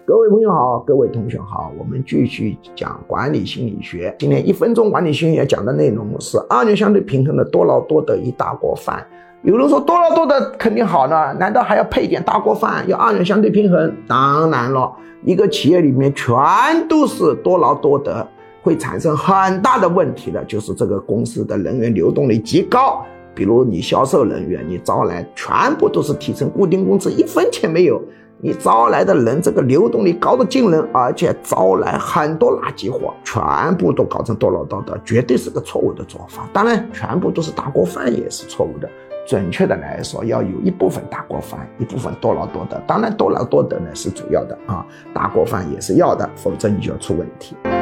各位朋友好，各位同学好，我们继续讲管理心理学。今天1分钟管理心理学讲的内容是二元相对平衡的多劳多得一大锅饭。有人说多劳多得肯定好呢，难道还要配点大锅饭，要二元相对平衡？当然了，一个企业里面全都是多劳多得，会产生很大的问题的，就是这个公司的人员流动率极高。比如你销售人员，你招来全部都是提成固定工资，1分钱没有，你招来的人这个流动率高得惊人，而且招来很多垃圾货，全部都搞成多劳多得，绝对是个错误的做法。当然全部都是大锅饭也是错误的，准确的来说要有一部分大锅饭，一部分多劳多得。当然多劳多得呢是主要的大锅饭也是要的，否则你就要出问题。